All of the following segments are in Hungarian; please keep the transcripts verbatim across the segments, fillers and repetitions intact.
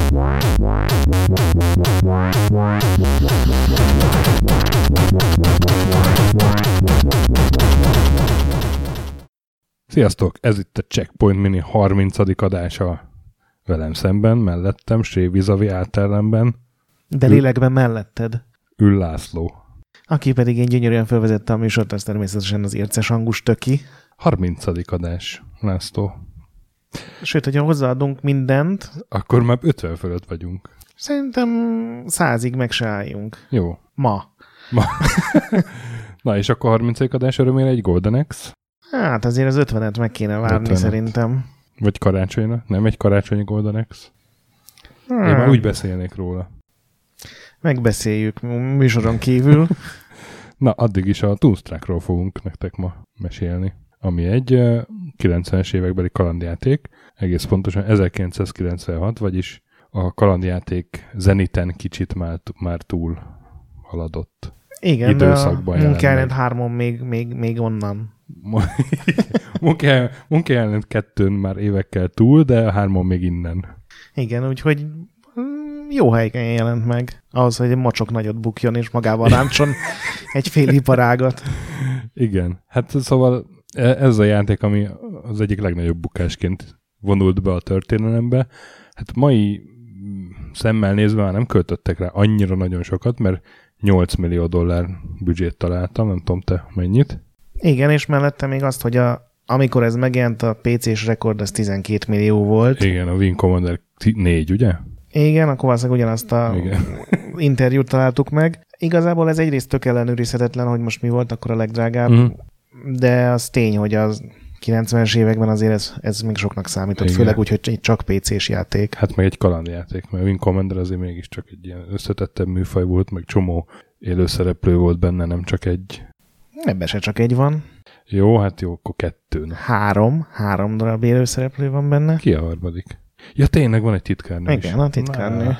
Sziasztok! Ez itt a Checkpoint Mini harmincadik adása. Velem szemben, mellettem, Sévizavi átellenben. De lélekben melletted. Ül László. Aki pedig én gyönyörűen felvezette a műsort, az természetesen az érces Angus Töki. harmincadik adás, László. Sőt, hogyha hozzáadunk mindent... Akkor már ötven fölött vagyunk. Szerintem százig meg se álljunk. Jó. Ma. Ma. Na és akkor harmincadik adás örömére egy Golden Axe? Hát azért az ötvenet meg kéne várni ötvenet. Szerintem. Vagy karácsonyra? Nem egy karácsonyi Golden Axe? Hmm. Én már úgy beszélnék róla. Megbeszéljük műsoron kívül. Na, addig is a Toonstruckról fogunk nektek ma mesélni, ami egy kilencvenes évekbeli kalandjáték, egész pontosan ezerkilencszázkilencvenhat, vagyis a kalandjáték zeniten kicsit már, már túl haladott. Igen, de a Munkájárend hármon még, még, még onnan. Munkájárend kettőn már évekkel túl, de a hármon még innen. Igen, úgyhogy jó helyen jelent meg. Ahhoz, hogy egy mocsok nagyot bukjon, és magával ráncson egy fél iparágat. Igen. Hát szóval ez a játék, ami az egyik legnagyobb bukásként vonult be a történelembe. Hát mai szemmel nézve már nem költöttek rá annyira nagyon sokat, mert nyolc millió dollár büdzsét találtam, nem tudom te mennyit. Igen, és mellette még azt, hogy a, amikor ez megjelent, a pé cés rekord az tizenkét millió volt. Igen, a Wing Commander négy, ugye? Igen, akkor valószínűleg ugyanazt a Igen. interjút találtuk meg. Igazából ez egyrészt tök ellenőrizhetetlen, hogy most mi volt akkor a legdrágább, mm. de az tény, hogy az kilencvenes években azért ez, ez még soknak számított, Igen. főleg úgy, hogy csak pé cés játék. Hát meg egy kalandjáték, mert a Wing Commander azért mégiscsak egy ilyen összetettebb műfaj volt, meg csomó élőszereplő volt benne, nem csak egy. Ebben se csak egy van. Jó, hát jó, akkor kettő. Három, három darab élőszereplő van benne. Ki a harmadik? Ja, tényleg van egy titkárnő is. Igen, a titkárnő.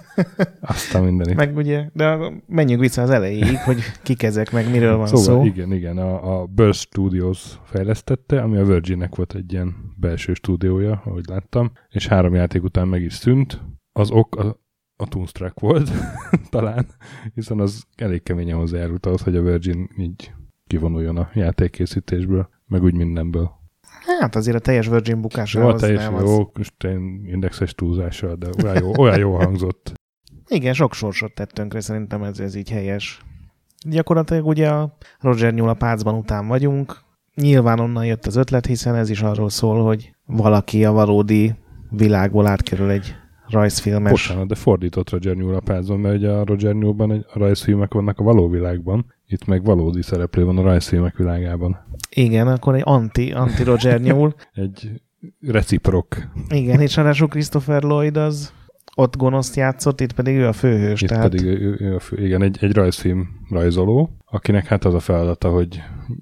Aztán mindenit. Meg ugye, de menjünk vissza az elejéig, hogy kik ezek, meg miről van szóval, szó. Igen, igen. A, a Burst Studios fejlesztette, ami a Virginnek volt egy ilyen belső stúdiója, ahogy láttam, és három játék után meg is szűnt. Az ok a, a Toonstruck volt, talán, hiszen az elég keményen hozzájárult ahhoz, hogy a Virgin így kivonuljon a játékkészítésből, meg úgy mindenből. Hát azért a teljes Virgin bukásához jó, teljes, nem jó, az... most én indexes túlzással, de olyan jó, olyan jó hangzott. Igen, sok sorsot tett tönkre, szerintem ez, ez így helyes. Gyakorlatilag ugye a Roger Nyúl a Pácban után vagyunk. Nyilván onnan jött az ötlet, hiszen ez is arról szól, hogy valaki a valódi világból átkerül egy rajzfilmes... Bocsánat, de fordított Roger Nyúl a Pácban, mert ugye a Roger Nyúlban egy, a rajzfilmek vannak a való világban, itt meg valódi szereplő van a rajzfilmek világában. Igen, akkor egy anti, anti Roger Nyúl. Egy reciprok. Igen, és ráadásul Christopher Lloyd az ott gonoszt játszott, itt pedig ő a főhős. Itt tehát... pedig ő, ő a fő, igen, egy, egy rajzfilm rajzoló, akinek hát az a feladata, hogy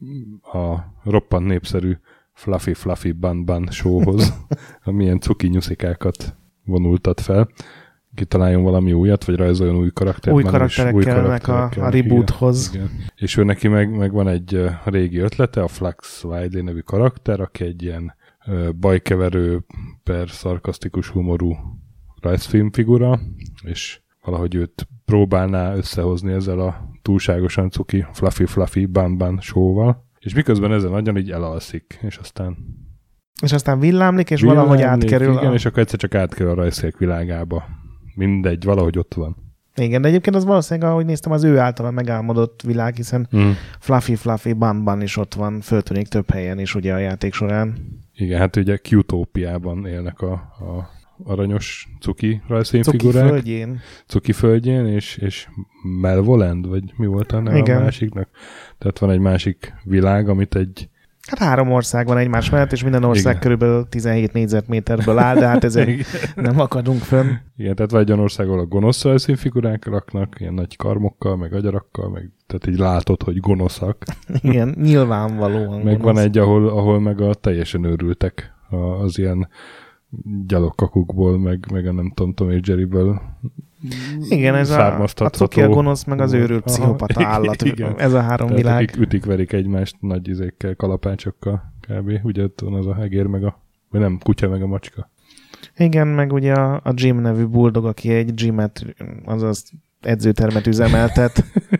a roppant népszerű Fluffy Fluffy Bun Bun showhoz milyen cuki nyuszikákat vonultat fel. Kitaláljon valami újat, vagy rajzoljon új karaktert. Új karakterek kellnek a, a reboothoz. Igen. És ő neki meg, meg van egy uh, régi ötlete, a Flux Wiley nevű karakter, aki egy ilyen uh, bajkeverő per szarkasztikus humorú rajzfilmfigura, és valahogy őt próbálná összehozni ezzel a túlságosan cuki Fluffy Fluffy Bun Bun showval. És miközben ezen nagyon így elalszik, és aztán... És aztán villámlik, és villámlik, valahogy átkerül. Igen, a... és akkor egyszer csak átkerül a rajzfilmek világába. Mindegy, valahogy ott van. Igen, de egyébként az valószínűleg, ahogy néztem, az ő által megálmodott világ, hiszen mm. Fluffy Fluffy Bun Bun is ott van, föltűnik több helyen is ugye a játék során. Igen, hát ugye Q-tópiában élnek a, a aranyos cuki rajzfilmfigurák. Cuki földjén. Cuki földjén, és, és Melvoland, vagy mi volt a neve a másiknak? Tehát van egy másik világ, amit egy... Hát három ország van egymás mellett, és minden ország Igen. körülbelül tizenhét négyzetméterből áll, de hát ezek nem akadunk fönn. Igen, tehát vagy olyan ország, ahol a gonosz rajzfilmfigurák laknak, ilyen nagy karmokkal, meg agyarakkal, meg tehát így látod, hogy gonoszak. Igen, nyilvánvalóan Meg gonosz. van egy, ahol, ahol meg a teljesen őrültek az ilyen gyalogkakukból, meg, meg a nem tudom, Tom és Jerryből Igen, ez a, a cuki a gonosz, meg az őrült pszichopata állat. Igen. Ez a három Tehát világ. akik ütik-verik egymást nagy izékkel, kalapácsokkal kb. Ugye ott van az a egér, meg a, vagy nem, kutya, meg a macska. Igen, meg ugye a, a Jim nevű buldog, aki egy gymet, azaz edzőtermet üzemeltet.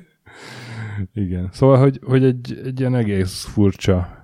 Igen. Szóval, hogy, hogy egy, egy ilyen egész furcsa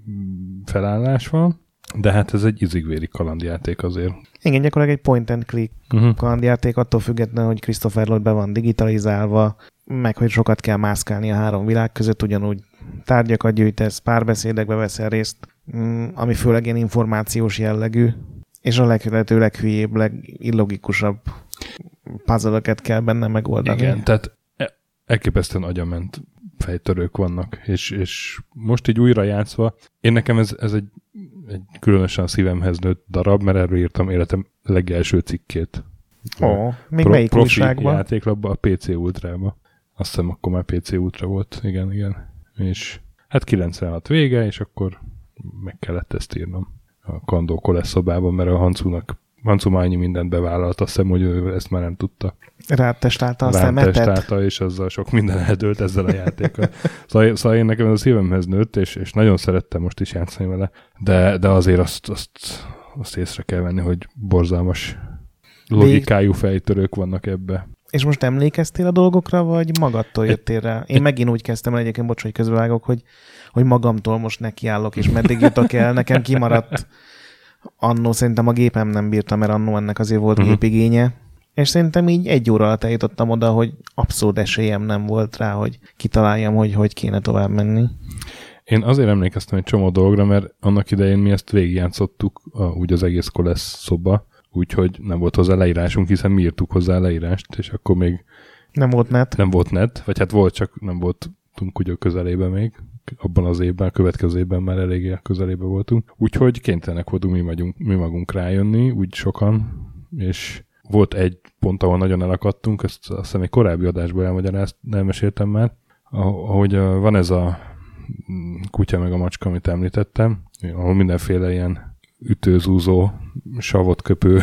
felállás van, de hát ez egy izigvéri kalandjáték azért. Igen, gyakorlatilag egy point and click uh-huh. kalandjáték, attól függetlenül, hogy Christopher Lloyd be van digitalizálva, meg hogy sokat kell mászkálni a három világ között, ugyanúgy tárgyakat gyűjtesz, párbeszédekbe veszel részt, ami főleg ilyen információs jellegű, és a lehető leghülyébb, legillogikusabb puzzle-öket kell benne megoldani. Igen, tehát elképesztően agyament fejtörők vannak, és, és most így újra játszva, én nekem ez, ez egy, egy különösen szívemhez nőtt darab, mert erről írtam életem legelső cikkét. Ó, oh, még Pro, melyik újságban? Profi játéklapban, a pé cé Ultrában. Azt hiszem, akkor már pé cé Ultra volt, igen, igen. És hát kilencvenhat vége, és akkor meg kellett ezt írnom a Kandó Kolesz szobában, mert a Hancunak Hancu már annyi mindent bevállalt, azt hiszem, hogy ő ezt már nem tudta. Rátestálta, aztán metet. Rátestálta, és azzal sok minden eldőlt ezzel a játékkal. Szóval, szóval én nekem ez a szívemhez nőtt, és, és nagyon szerettem most is játszani vele, de, de azért azt, azt, azt észre kell venni, hogy borzalmas logikájú fejtörők vannak ebbe. És most emlékeztél a dolgokra, vagy magadtól jöttél rá? Én megint úgy kezdtem el egyébként, bocs, hogy közbevágok, hogy, hogy magamtól most nekiállok, és meddig jutok el. Nekem kimaradt annó, szerintem a gépem nem bírta, mert annó ennek azért volt uh-huh. gépigénye. És szerintem így egy óra alatt eljutottam oda, hogy abszolút esélyem nem volt rá, hogy kitaláljam, hogy hogy kéne tovább menni. Én azért emlékeztem egy csomó dolgra, mert annak idején mi ezt végigjátszottuk a, úgy az egész Kolesz szoba, úgyhogy nem volt hozzá leírásunk, hiszen mi írtuk hozzá a leírást, és akkor még nem volt net. Nem volt net, vagy hát volt, csak nem voltunk ugye közelében még. Abban az évben, a következő évben már eléggé a közelében voltunk. Úgyhogy kénytelenek voltunk mi, vagyunk, mi magunk rájönni, úgy sokan, és volt egy pont, ahol nagyon elakadtunk, ezt azt hiszem egy korábbi adásban elmagyarázt, elmeséltem már, ahogy van ez a kutya meg a macska, amit említettem, ahol mindenféle ilyen ütőzúzó, savot köpő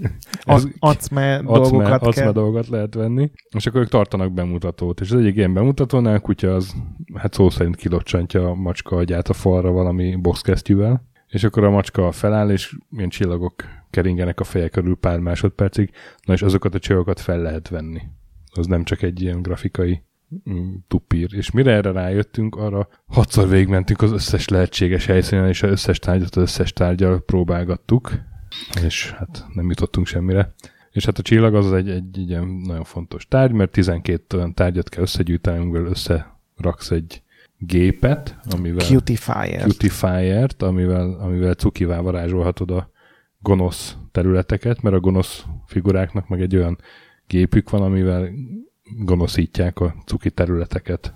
acme dolgokat, acme dolgokat lehet venni, és akkor ők tartanak bemutatót, és az egyik ilyen bemutatónál a kutya az, hát szó szerint kilocsantja a macska agyát a falra valami boxkesztyűvel, és akkor a macska feláll, és ilyen csillagok keringenek a feje körül pár másodpercig, na és azokat a csillagokat fel lehet venni. Az nem csak egy ilyen grafikai tupír. És mire erre rájöttünk, arra hatszor végigmentünk az összes lehetséges helyszínen, és az összes tárgyat az összes tárgyal próbálgattuk, és hát nem jutottunk semmire. És hát a csillag az egy, egy ilyen nagyon fontos tárgy, mert tizenkét olyan tárgyat kell összegyűjteni, amivel összeraksz egy gépet, amivel Cutifier-t, Cutifier-t amivel, amivel cukivá varázsolhatod a gonosz területeket, mert a gonosz figuráknak meg egy olyan gépük van, amivel gonoszítják a cuki területeket.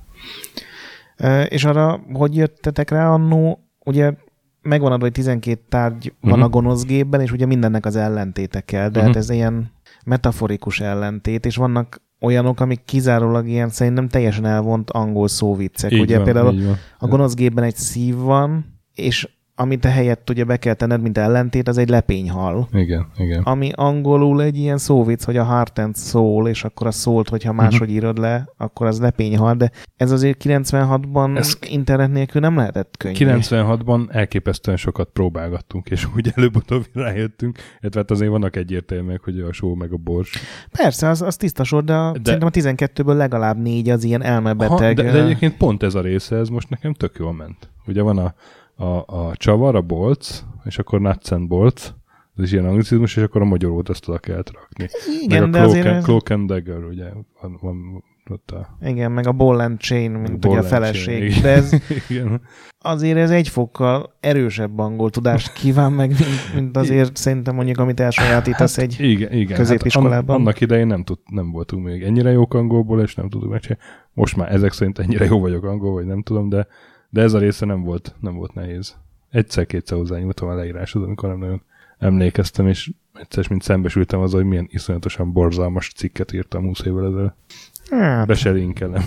E, és arra, hogy jöttetek rá annó, ugye megvan adva, hogy tizenkét tárgy van uh-huh. a gonosz gépben, és ugye mindennek az ellentéte kell, de uh-huh. hát ez ilyen metaforikus ellentét, és vannak olyanok, amik kizárólag ilyen szerintem teljesen elvont angol szóviccek. Így ugye van, például a gonosz gépben egy szív van, és amit a helyett ugye be kell tenned, mint ellentét, az egy lepényhal. Igen, igen. Ami angolul egy ilyen szóvic, hogy a heart and soul, és akkor a szólt, hogyha máshogy uh-huh. írod le, akkor az lepényhal, de ez azért kilencvenhatban ez internet nélkül nem lehetett könnyű. kilencvenhatban elképesztően sokat próbálgattunk, és úgy előbb-utóbb rájöttünk, illetve hát azért vannak egyértelműek, hogy a só meg a bors. Persze, az, az tiszta sor, de, a, de szerintem a tizenkettőből legalább négy az ilyen elmebeteg. Ha, de, de egyébként pont ez a része, ez most nekem tök jól ment. Ugye van a A, a csavar, a bolc, és akkor nuts and bolts, ez is ilyen anglicizmus, és akkor a magyarót azt oda kellett rakni. Igen, meg de a azért cloak, ez... cloak and dagger, ugye, van, van ott a... Igen, meg a ball and chain, mint ball ugye a feleség. Chain, de ez igen. Azért ez egy fokkal erősebb angol tudást kíván meg, mint, mint azért szerintem mondjuk, amit elsajátítasz hát, egy igen, igen. középiskolában. Hát annak idején nem, tud, nem voltunk még ennyire jók angolból, és nem tudunk megcsinálni. Most már ezek szerint ennyire jó vagyok angol, vagy nem tudom, de De ez a része nem volt, nem volt nehéz. Egyszer-kétszer hozzányúltam a leíráshoz, amikor nem nagyon emlékeztem, és egyszer mint szembesültem azzal, hogy milyen iszonyatosan borzalmas cikket írtam húsz évvel ezzel. Hát. Be se linkelem.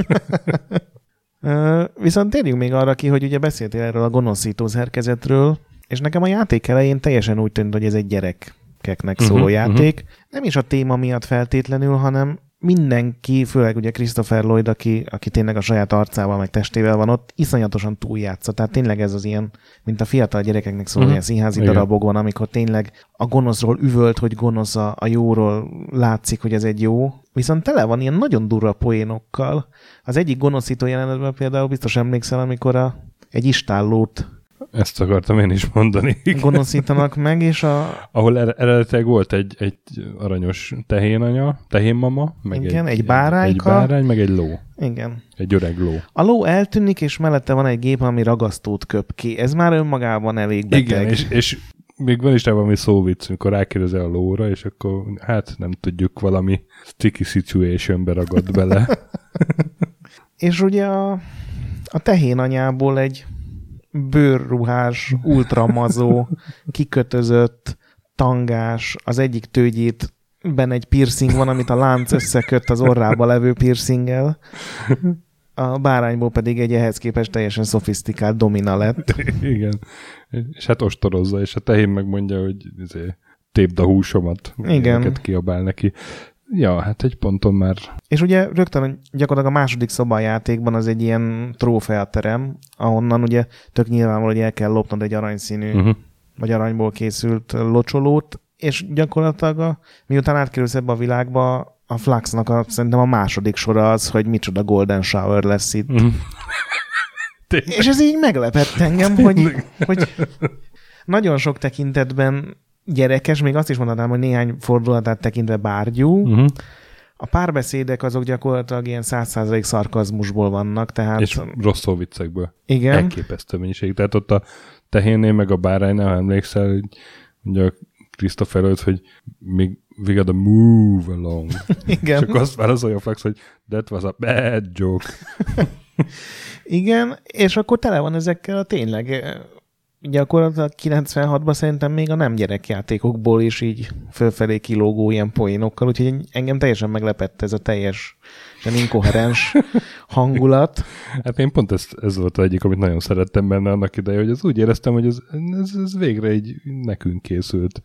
Viszont térjünk még arra ki, hogy ugye beszéltél erről a gonoszító szerkezetről, és nekem a játék elején teljesen úgy tűnt, hogy ez egy gyerekeknek szóló uh-huh, játék. Uh-huh. Nem is a téma miatt feltétlenül, hanem mindenki, főleg ugye Christopher Lloyd, aki, aki tényleg a saját arcával, meg testével van ott, iszonyatosan túljátsza. Tehát tényleg ez az ilyen, mint a fiatal gyerekeknek szóló uh-huh. ilyen színházi Igen. darabok van, amikor tényleg a gonoszról üvölt, hogy gonosz, a, a jóról látszik, hogy ez egy jó. Viszont tele van ilyen nagyon durva poénokkal. Az egyik gonoszító jelenetben például biztos emlékszel, amikor a, egy istállót ezt akartam én is mondani. Gonoszítanak meg, és a... Ahol eredetileg volt egy, egy aranyos tehénanya, tehénmama, meg Igen, egy, egy bárányka. Egy bárány, meg egy ló. Igen. Egy öreg ló. A ló eltűnik, és mellette van egy gép, ami ragasztót köp ki. Ez már önmagában elég beteg. Igen, és, és még van is rá valami szóvic, amikor rákérdezi a lóra, és akkor hát nem tudjuk, valami sticky situationbe ragad bele. És ugye a, a tehénanyából egy bőrruhás, ultramazó, kikötözött, tangás, az egyik tőgyét ben egy piercing van, amit a lánc összeköt az orrába levő piercinggel. A bárányból pedig egy ehhez képest teljesen szofisztikált domina lett. Igen. És hát ostorozza, és a tehén megmondja, hogy izé, tépd a húsomat. Igen. Kiabál neki. Ja, hát egy ponton már... És ugye rögtön gyakorlatilag a második szobajátékban az egy ilyen trófeaterem, ahonnan ugye tök nyilvánvaló, hogy el kell lopnod egy aranyszínű, uh-huh. vagy aranyból készült locsolót, és gyakorlatilag a, miután átkerülsz ebbe a világba, a Fluxnak a, szerintem a második sora az, hogy micsoda Golden Shower lesz itt. Uh-huh. És ez így meglepett engem, hogy, hogy nagyon sok tekintetben gyerekes, még azt is mondanám, hogy néhány fordulatát tekintve bárgyú. Uh-huh. A párbeszédek azok gyakorlatilag ilyen száz százalék szarkazmusból vannak, tehát... És rossz szóviccekből. Igen. Elképesztő mennyiség. Tehát ott a tehénnél meg a báránynál, ha emlékszel, hogy ugye a Christopher Lloyd, hogy még we gotta move along. Igen. És akkor azt válaszolja a Flux, hogy that was a bad joke. Igen, és akkor tele van ezekkel a tényleg... Gyakorlatilag kilencvenhatban szerintem még a nem gyerekjátékokból is így fölfelé kilógó ilyen poénokkal, úgyhogy engem teljesen meglepett ez a teljes inkoherens hangulat. Hát én pont ez, ez volt az egyik, amit nagyon szerettem benne annak ideje, hogy az úgy éreztem, hogy ez, ez, ez végre így nekünk készült.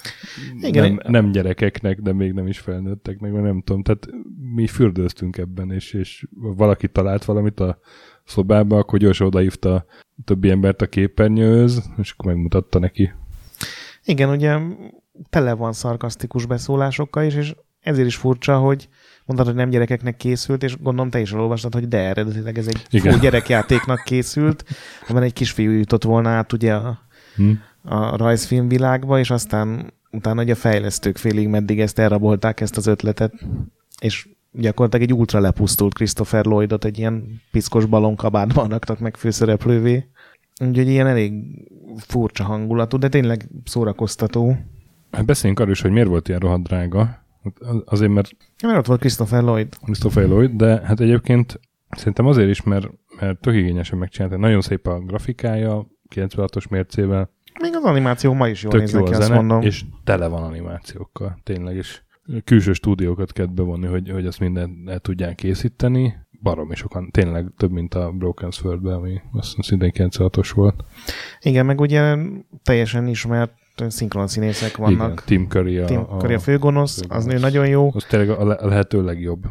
Igen, nem, nem gyerekeknek, de még nem is felnőtteknek, mert nem tudom. Tehát mi fürdőztünk ebben, és, és valaki talált valamit a szobába, akkor gyorsan odahívta a többi embert a képernyőhöz, és akkor megmutatta neki. Igen, ugye tele van szarkasztikus beszólásokkal is, és ezért is furcsa, hogy mondtad, hogy nem gyerekeknek készült, és gondolom te is elolvastad, hogy de eredetileg ez egy Igen. full gyerekjátéknak készült, amiben egy kisfiú jutott volna át ugye a, hmm. a rajzfilm világba, és aztán utána ugye a fejlesztők félig meddig ezt elrabolták, ezt az ötletet, és gyakorlatilag egy ultra lepusztult Christopher Lloydot egy ilyen piszkos balonkabátban raktak meg főszereplővé. Úgyhogy ilyen elég furcsa hangulatú, de tényleg szórakoztató. Hát beszéljünk arról is, hogy miért volt ilyen rohadt drága. Azért, mert... Mert ott volt Christopher Lloyd. Christopher Lloyd, de hát egyébként szerintem azért is, mert, mert tök igényesen megcsinálta. Nagyon szép a grafikája, kilencvenhatos mércével. Még az animáció ma is jól néznek ki, azt mondom. És tele van animációkkal, tényleg is. Külső stúdiókat kellett bevonni, hogy, hogy ezt mindent el tudják készíteni. Baromi sokan, tényleg több, mint a Broken Sword-ben, ami azt hiszem szintén kilencvenhatos volt. Igen, meg ugye teljesen ismert szinkron színészek vannak. Igen, Tim Curry a, Tim Curry a főgonosz, főgonosz, az ő nagyon jó. Az tényleg a, le, a lehető legjobb,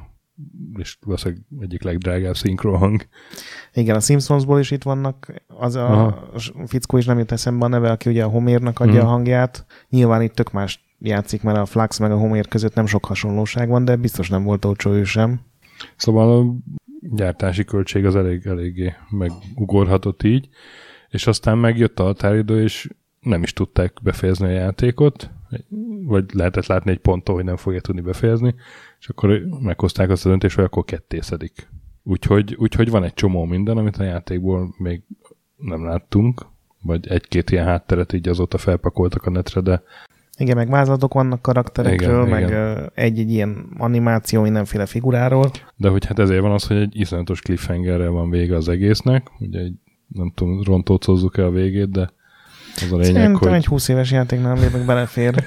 és valószínűleg egyik legdrágább szinkron hang. Igen, a Simpsonsból is itt vannak, az a Aha. fickó is nem jut eszembe a neve, aki ugye a Homernak adja hmm. a hangját. Nyilván itt tök más játszik, mert a Flux meg a Homer között nem sok hasonlóság van, de biztos nem volt olcsó ő sem. Szóval a gyártási költség az elég, eléggé megugorhatott így, és aztán megjött a határidő, és nem is tudták befejezni a játékot, vagy lehetett látni egy ponton, hogy nem fogja tudni befejezni, és akkor meghozták azt a döntést, hogy akkor kettészedik. Úgyhogy, úgyhogy van egy csomó minden, amit a játékból még nem láttunk, vagy egy-két ilyen hátteret így azóta felpakoltak a netre, de igen, meg vázlatok vannak karakterekről, igen, meg igen. egy-egy ilyen animáció mindenféle figuráról. De hogy hát ezért van az, hogy egy iszonyatos cliffhangerrel van vége az egésznek, ugye egy, nem tudom, rontócozzuk el a végét, de az a lényeg, Szerintem hogy... egy húsz éves játéknál még meg belefér.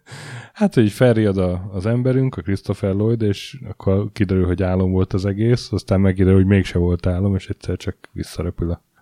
Hát, hogy felriad a, az emberünk, a Christopher Lloyd, és akkor kiderül, hogy álom volt az egész, aztán megkiderül, hogy mégse volt álom, és egyszer csak visszarepül a,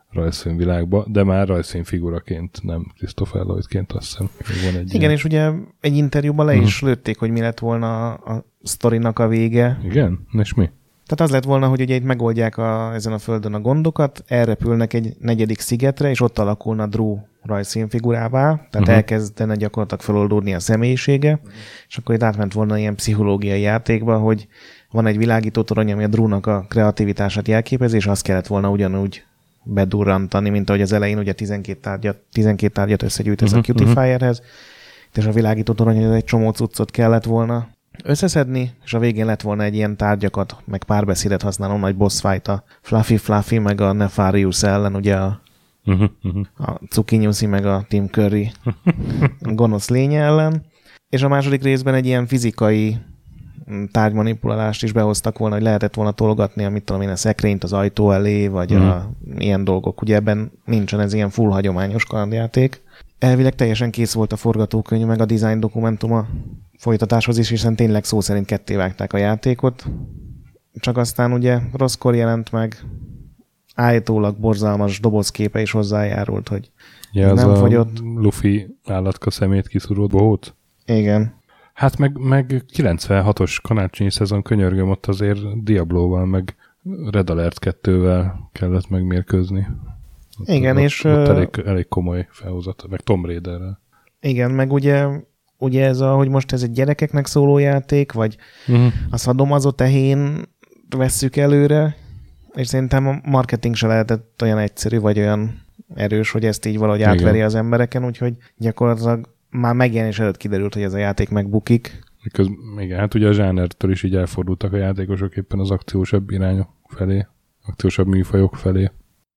rajzfilmvilágba, de már rajzfilmfiguraként, nem Christopher Lloydként, azt hiszem. Van egy Igen, ilyen... és ugye egy interjúban le is hmm. lőtték, hogy mi lett volna a sztorinak a vége. Igen? És mi? Tehát az lett volna, hogy ugye itt megoldják a, ezen a földön a gondokat, elrepülnek egy negyedik szigetre, és ott alakulna Drew rajzfilmfigurává, tehát uh-huh. elkezdene gyakorlatilag feloldódni a személyisége, uh-huh. és akkor itt átment volna ilyen pszichológiai játékba, hogy van egy világító torony, ami a Drewnak a kreativitását jelképezi, és azt kellett volna ugyanúgy bedurrantani, mint ahogy az elején ugye tizenkét tárgyat, tizenkét tárgyat összegyűjtesz uh-huh. a Cutifierhez, és a világító torony, hogy egy csomó cuccot kellett volna összeszedni, és a végén lett volna egy ilyen tárgyakat, meg párbeszédet használó nagy boss fight a Fluffy Fluffy, meg a Nefarious ellen, ugye a, uh-huh, uh-huh. a Cukinyuszi, meg a Tim Curry gonosz lénye ellen. És a második részben egy ilyen fizikai tárgymanipulálást is behoztak volna, hogy lehetett volna tologatni, amit tudom én, a szekrényt az ajtó elé, vagy uh-huh. a, ilyen dolgok. Ugye ebben nincsen ez ilyen full hagyományos kalandjáték. Elvileg teljesen kész volt a forgatókönyv, meg a design dokumentuma folytatáshoz is, hiszen tényleg szó szerint ketté vágták a játékot. Csak aztán ugye rosszkor jelent meg, állítólag borzalmas dobozképe is hozzájárult, hogy ja, nem az fogyott. A Luffy állatka szemét kiszúrott bohóc? Igen. Hát meg, meg kilencvenhatos karácsonyi szezon, könyörgöm, ott azért Diablóval, meg Red Alert kettővel kellett megmérkőzni. Ott, igen, ott, és... Ott elég, elég komoly felhozat, meg Tomb Raiderrel. Igen, meg ugye, ugye ez a, hogy most ez egy gyerekeknek szóló játék, vagy uh-huh. a szadomazó tehén vesszük előre, és szerintem a marketing se lehetett olyan egyszerű, vagy olyan erős, hogy ezt így valahogy igen. átveri az embereken, úgyhogy gyakorlatilag már megjelenés előtt kiderült, hogy ez a játék megbukik. Köz, igen, hát ugye a zsánertől is így elfordultak a játékosok éppen az akciósabb irányok felé, akciósabb műfajok felé.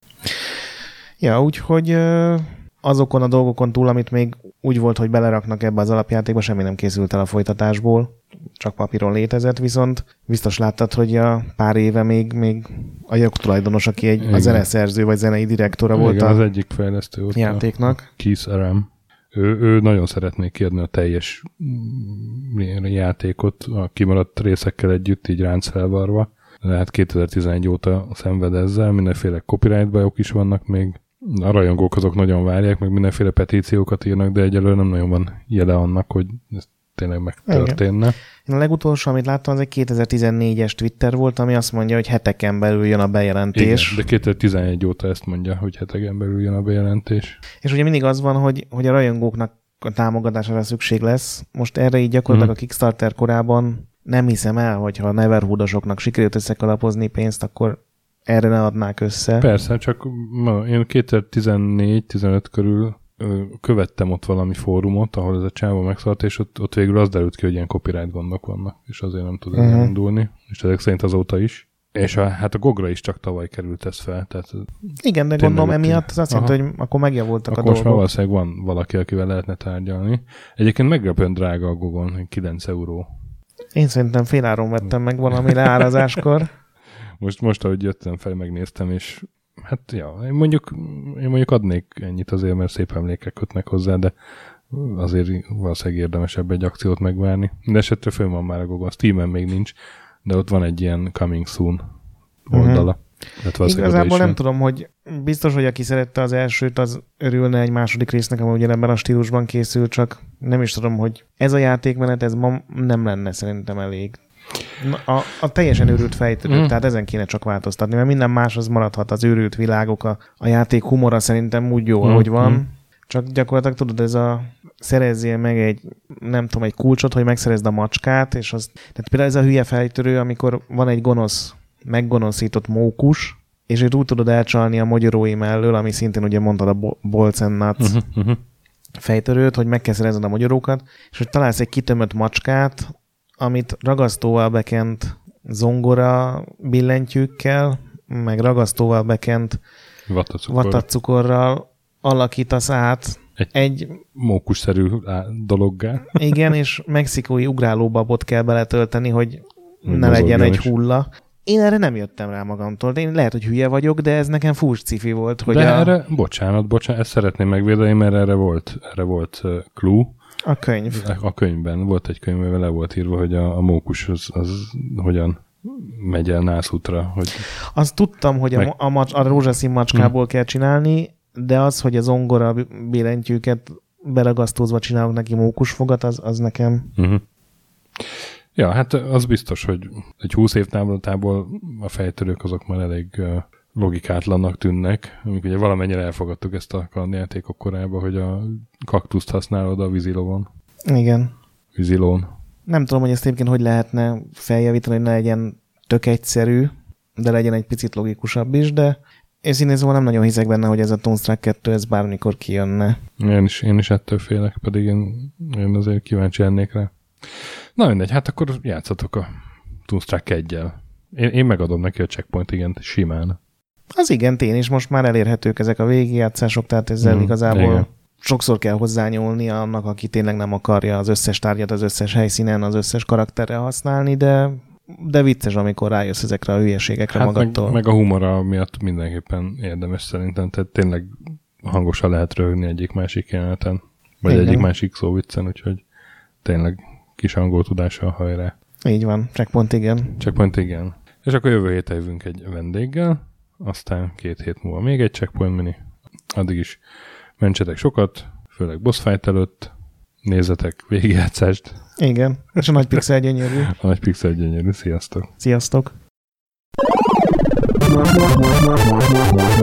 Ja, úgyhogy azokon a dolgokon túl, amit még úgy volt, hogy beleraknak ebbe az alapjátékba, semmi nem készült el a folytatásból, csak papíron létezett, viszont biztos láttad, hogy a pár éve még, még a jogtulajdonos, aki egy a zeneszerző vagy zenei direktora igen, volt az a egyik fejlesztő ott játéknak. A Keith Aram. Ő, ő nagyon szeretné kérni a teljes játékot a kimaradt részekkel együtt, így ránc felvarva. De hát kétezer-tizenegy óta szenved ezzel, mindenféle copyright bajok is vannak még. A rajongók azok nagyon várják, meg mindenféle petíciókat írnak, de egyelőre nem nagyon van jele annak, hogy ez tényleg megtörténne. Én a legutolsó, amit láttam, az egy kétezer-tizennégyes Twitter volt, ami azt mondja, hogy heteken belül jön a bejelentés. Igen, de kétezer-tizenegy óta ezt mondja, hogy heteken belül jön a bejelentés. És ugye mindig az van, hogy, hogy a rajongóknak a támogatására szükség lesz. Most erre így gyakorlatilag hmm. a Kickstarter korában nem hiszem el, hogyha a Neverhoodosoknak sikerült összekalapozni pénzt, akkor erre ne adnák össze. Persze, csak ma, én kétezer-tizennégy tizenöt körül ö, követtem ott valami fórumot, ahol ez a csávó megszállt, és ott, ott végül az derült ki, hogy ilyen copyright gondok vannak, és azért nem tud uh-huh. elindulni, és ezek szerint azóta is. És a, hát a Gogra is csak tavaly került ez fel. Tehát igen, de gondolom emiatt az azt jelenti, hogy akkor megjavultak akkor a dolgok. Most már valószínűleg van valaki, akivel lehetne tárgyalni. Egyébként meglepően drága a Gogon, kilenc euró. Én szerintem féláron vettem meg valami leárazáskor. Most, most, ahogy jöttem fel, megnéztem, és hát ja, én mondjuk, én mondjuk adnék ennyit azért, mert szép emlékek kötnek hozzá, de azért valószínűleg érdemesebb egy akciót megvárni. De esetre fönn van már a Gogon, a Steamen még nincs, de ott van egy ilyen coming soon oldala. Uh-huh. Igazából nem tudom, hogy biztos, hogy aki szerette az elsőt, az örülne egy második résznek, ami ugyanebben a stílusban készül, csak nem is tudom, hogy ez a játékmenet, ez ma nem lenne szerintem elég. A, a teljesen őrült fejtörő, mm. tehát ezen kéne csak változtatni, mert minden más az maradhat, az őrült világok, a, a játék humora szerintem úgy jó, mm. ahogy van, mm. csak gyakorlatilag tudod, ez a szerezzél meg egy, nem tudom, egy kulcsot, hogy megszerezd a macskát, és az, tehát például ez a hülye fejtörő, amikor van egy gonosz, meggonoszított mókus, és őt úgy tudod elcsalni a mogyorói mellől, ami szintén ugye mondtad a Bolts and Nuts uh-huh. fejtörőt, hogy meg kell szerezned a mogyorókat, és hogy találsz egy kitömött macskát, amit ragasztóval bekent zongora billentyűkkel, meg ragasztóval bekent Vattacukor. vattacukorral alakítasz át egy, egy mókusszerű dologgá. Igen, és mexikói ugrálóbabot kell beletölteni, hogy ne legyen egy hulla. Én erre nem jöttem rá magamtól. Én lehet, hogy hülye vagyok, de ez nekem fús cifi volt. Hogy de a... erre, bocsánat, bocsánat, ezt szeretném megvédeni, mert erre volt, erre volt uh, clue. A könyv. A könyvben volt egy könyv, amivel le volt írva, hogy a, a mókus az, az hogyan megy el nászútra. Hogy azt tudtam, hogy meg... a, a, a rózsaszín macskából hm. kell csinálni, de az, hogy az ongora billentyűket beragasztózva csinálok neki mókusfogat, az, az nekem... Uh-huh. Ja, hát az biztos, hogy egy húsz év távlatából a fejtörők azok már elég logikátlannak tűnnek. Amikor ugye valamennyire elfogadtuk ezt a kalandjátékok korába, hogy a kaktuszt használod a vízilovon. Igen. Vízilón. Nem tudom, hogy ezt egyébként hogy lehetne feljavítani, hogy ne legyen tök egyszerű, de legyen egy picit logikusabb is, de őszintén szóval nem nagyon hiszek benne, hogy ez a Toonstruck kettő ez bármikor kijönne. Én is, én is ettől félek, pedig én, én azért kíváncsi lennék rá. Na mindegy, hát akkor játszatok a Toonstruck egyel. Én, én megadom neki a Checkpoint igen simán. Az igen, én is most már elérhetők ezek a végigjátszások, tehát ezzel mm, igazából igen. Sokszor kell hozzányúlni annak, aki tényleg nem akarja az összes tárgyat az összes helyszínen, az összes karakterre használni, de, de vicces, amikor rájössz ezekre a hülyeségekre hát magadtól. Meg, meg a humora miatt mindenképpen érdemes szerintem, tehát tényleg hangosan lehet röhögni egyik-másik jeleneten, vagy igen. egyik-másik szóviccen, úgyhogy tényleg kis angol tudással hajrá. Így van, Checkpoint igen. Checkpoint igen. És akkor jövő héten jövünk egy vendéggel, aztán két hét múlva még egy Checkpoint mini. Addig is mentsetek sokat, főleg boss fight előtt, nézzetek végigjátszást. Igen, és a nagy pixel gyönyörű. A nagy pixel gyönyörű, sziasztok! Sziasztok!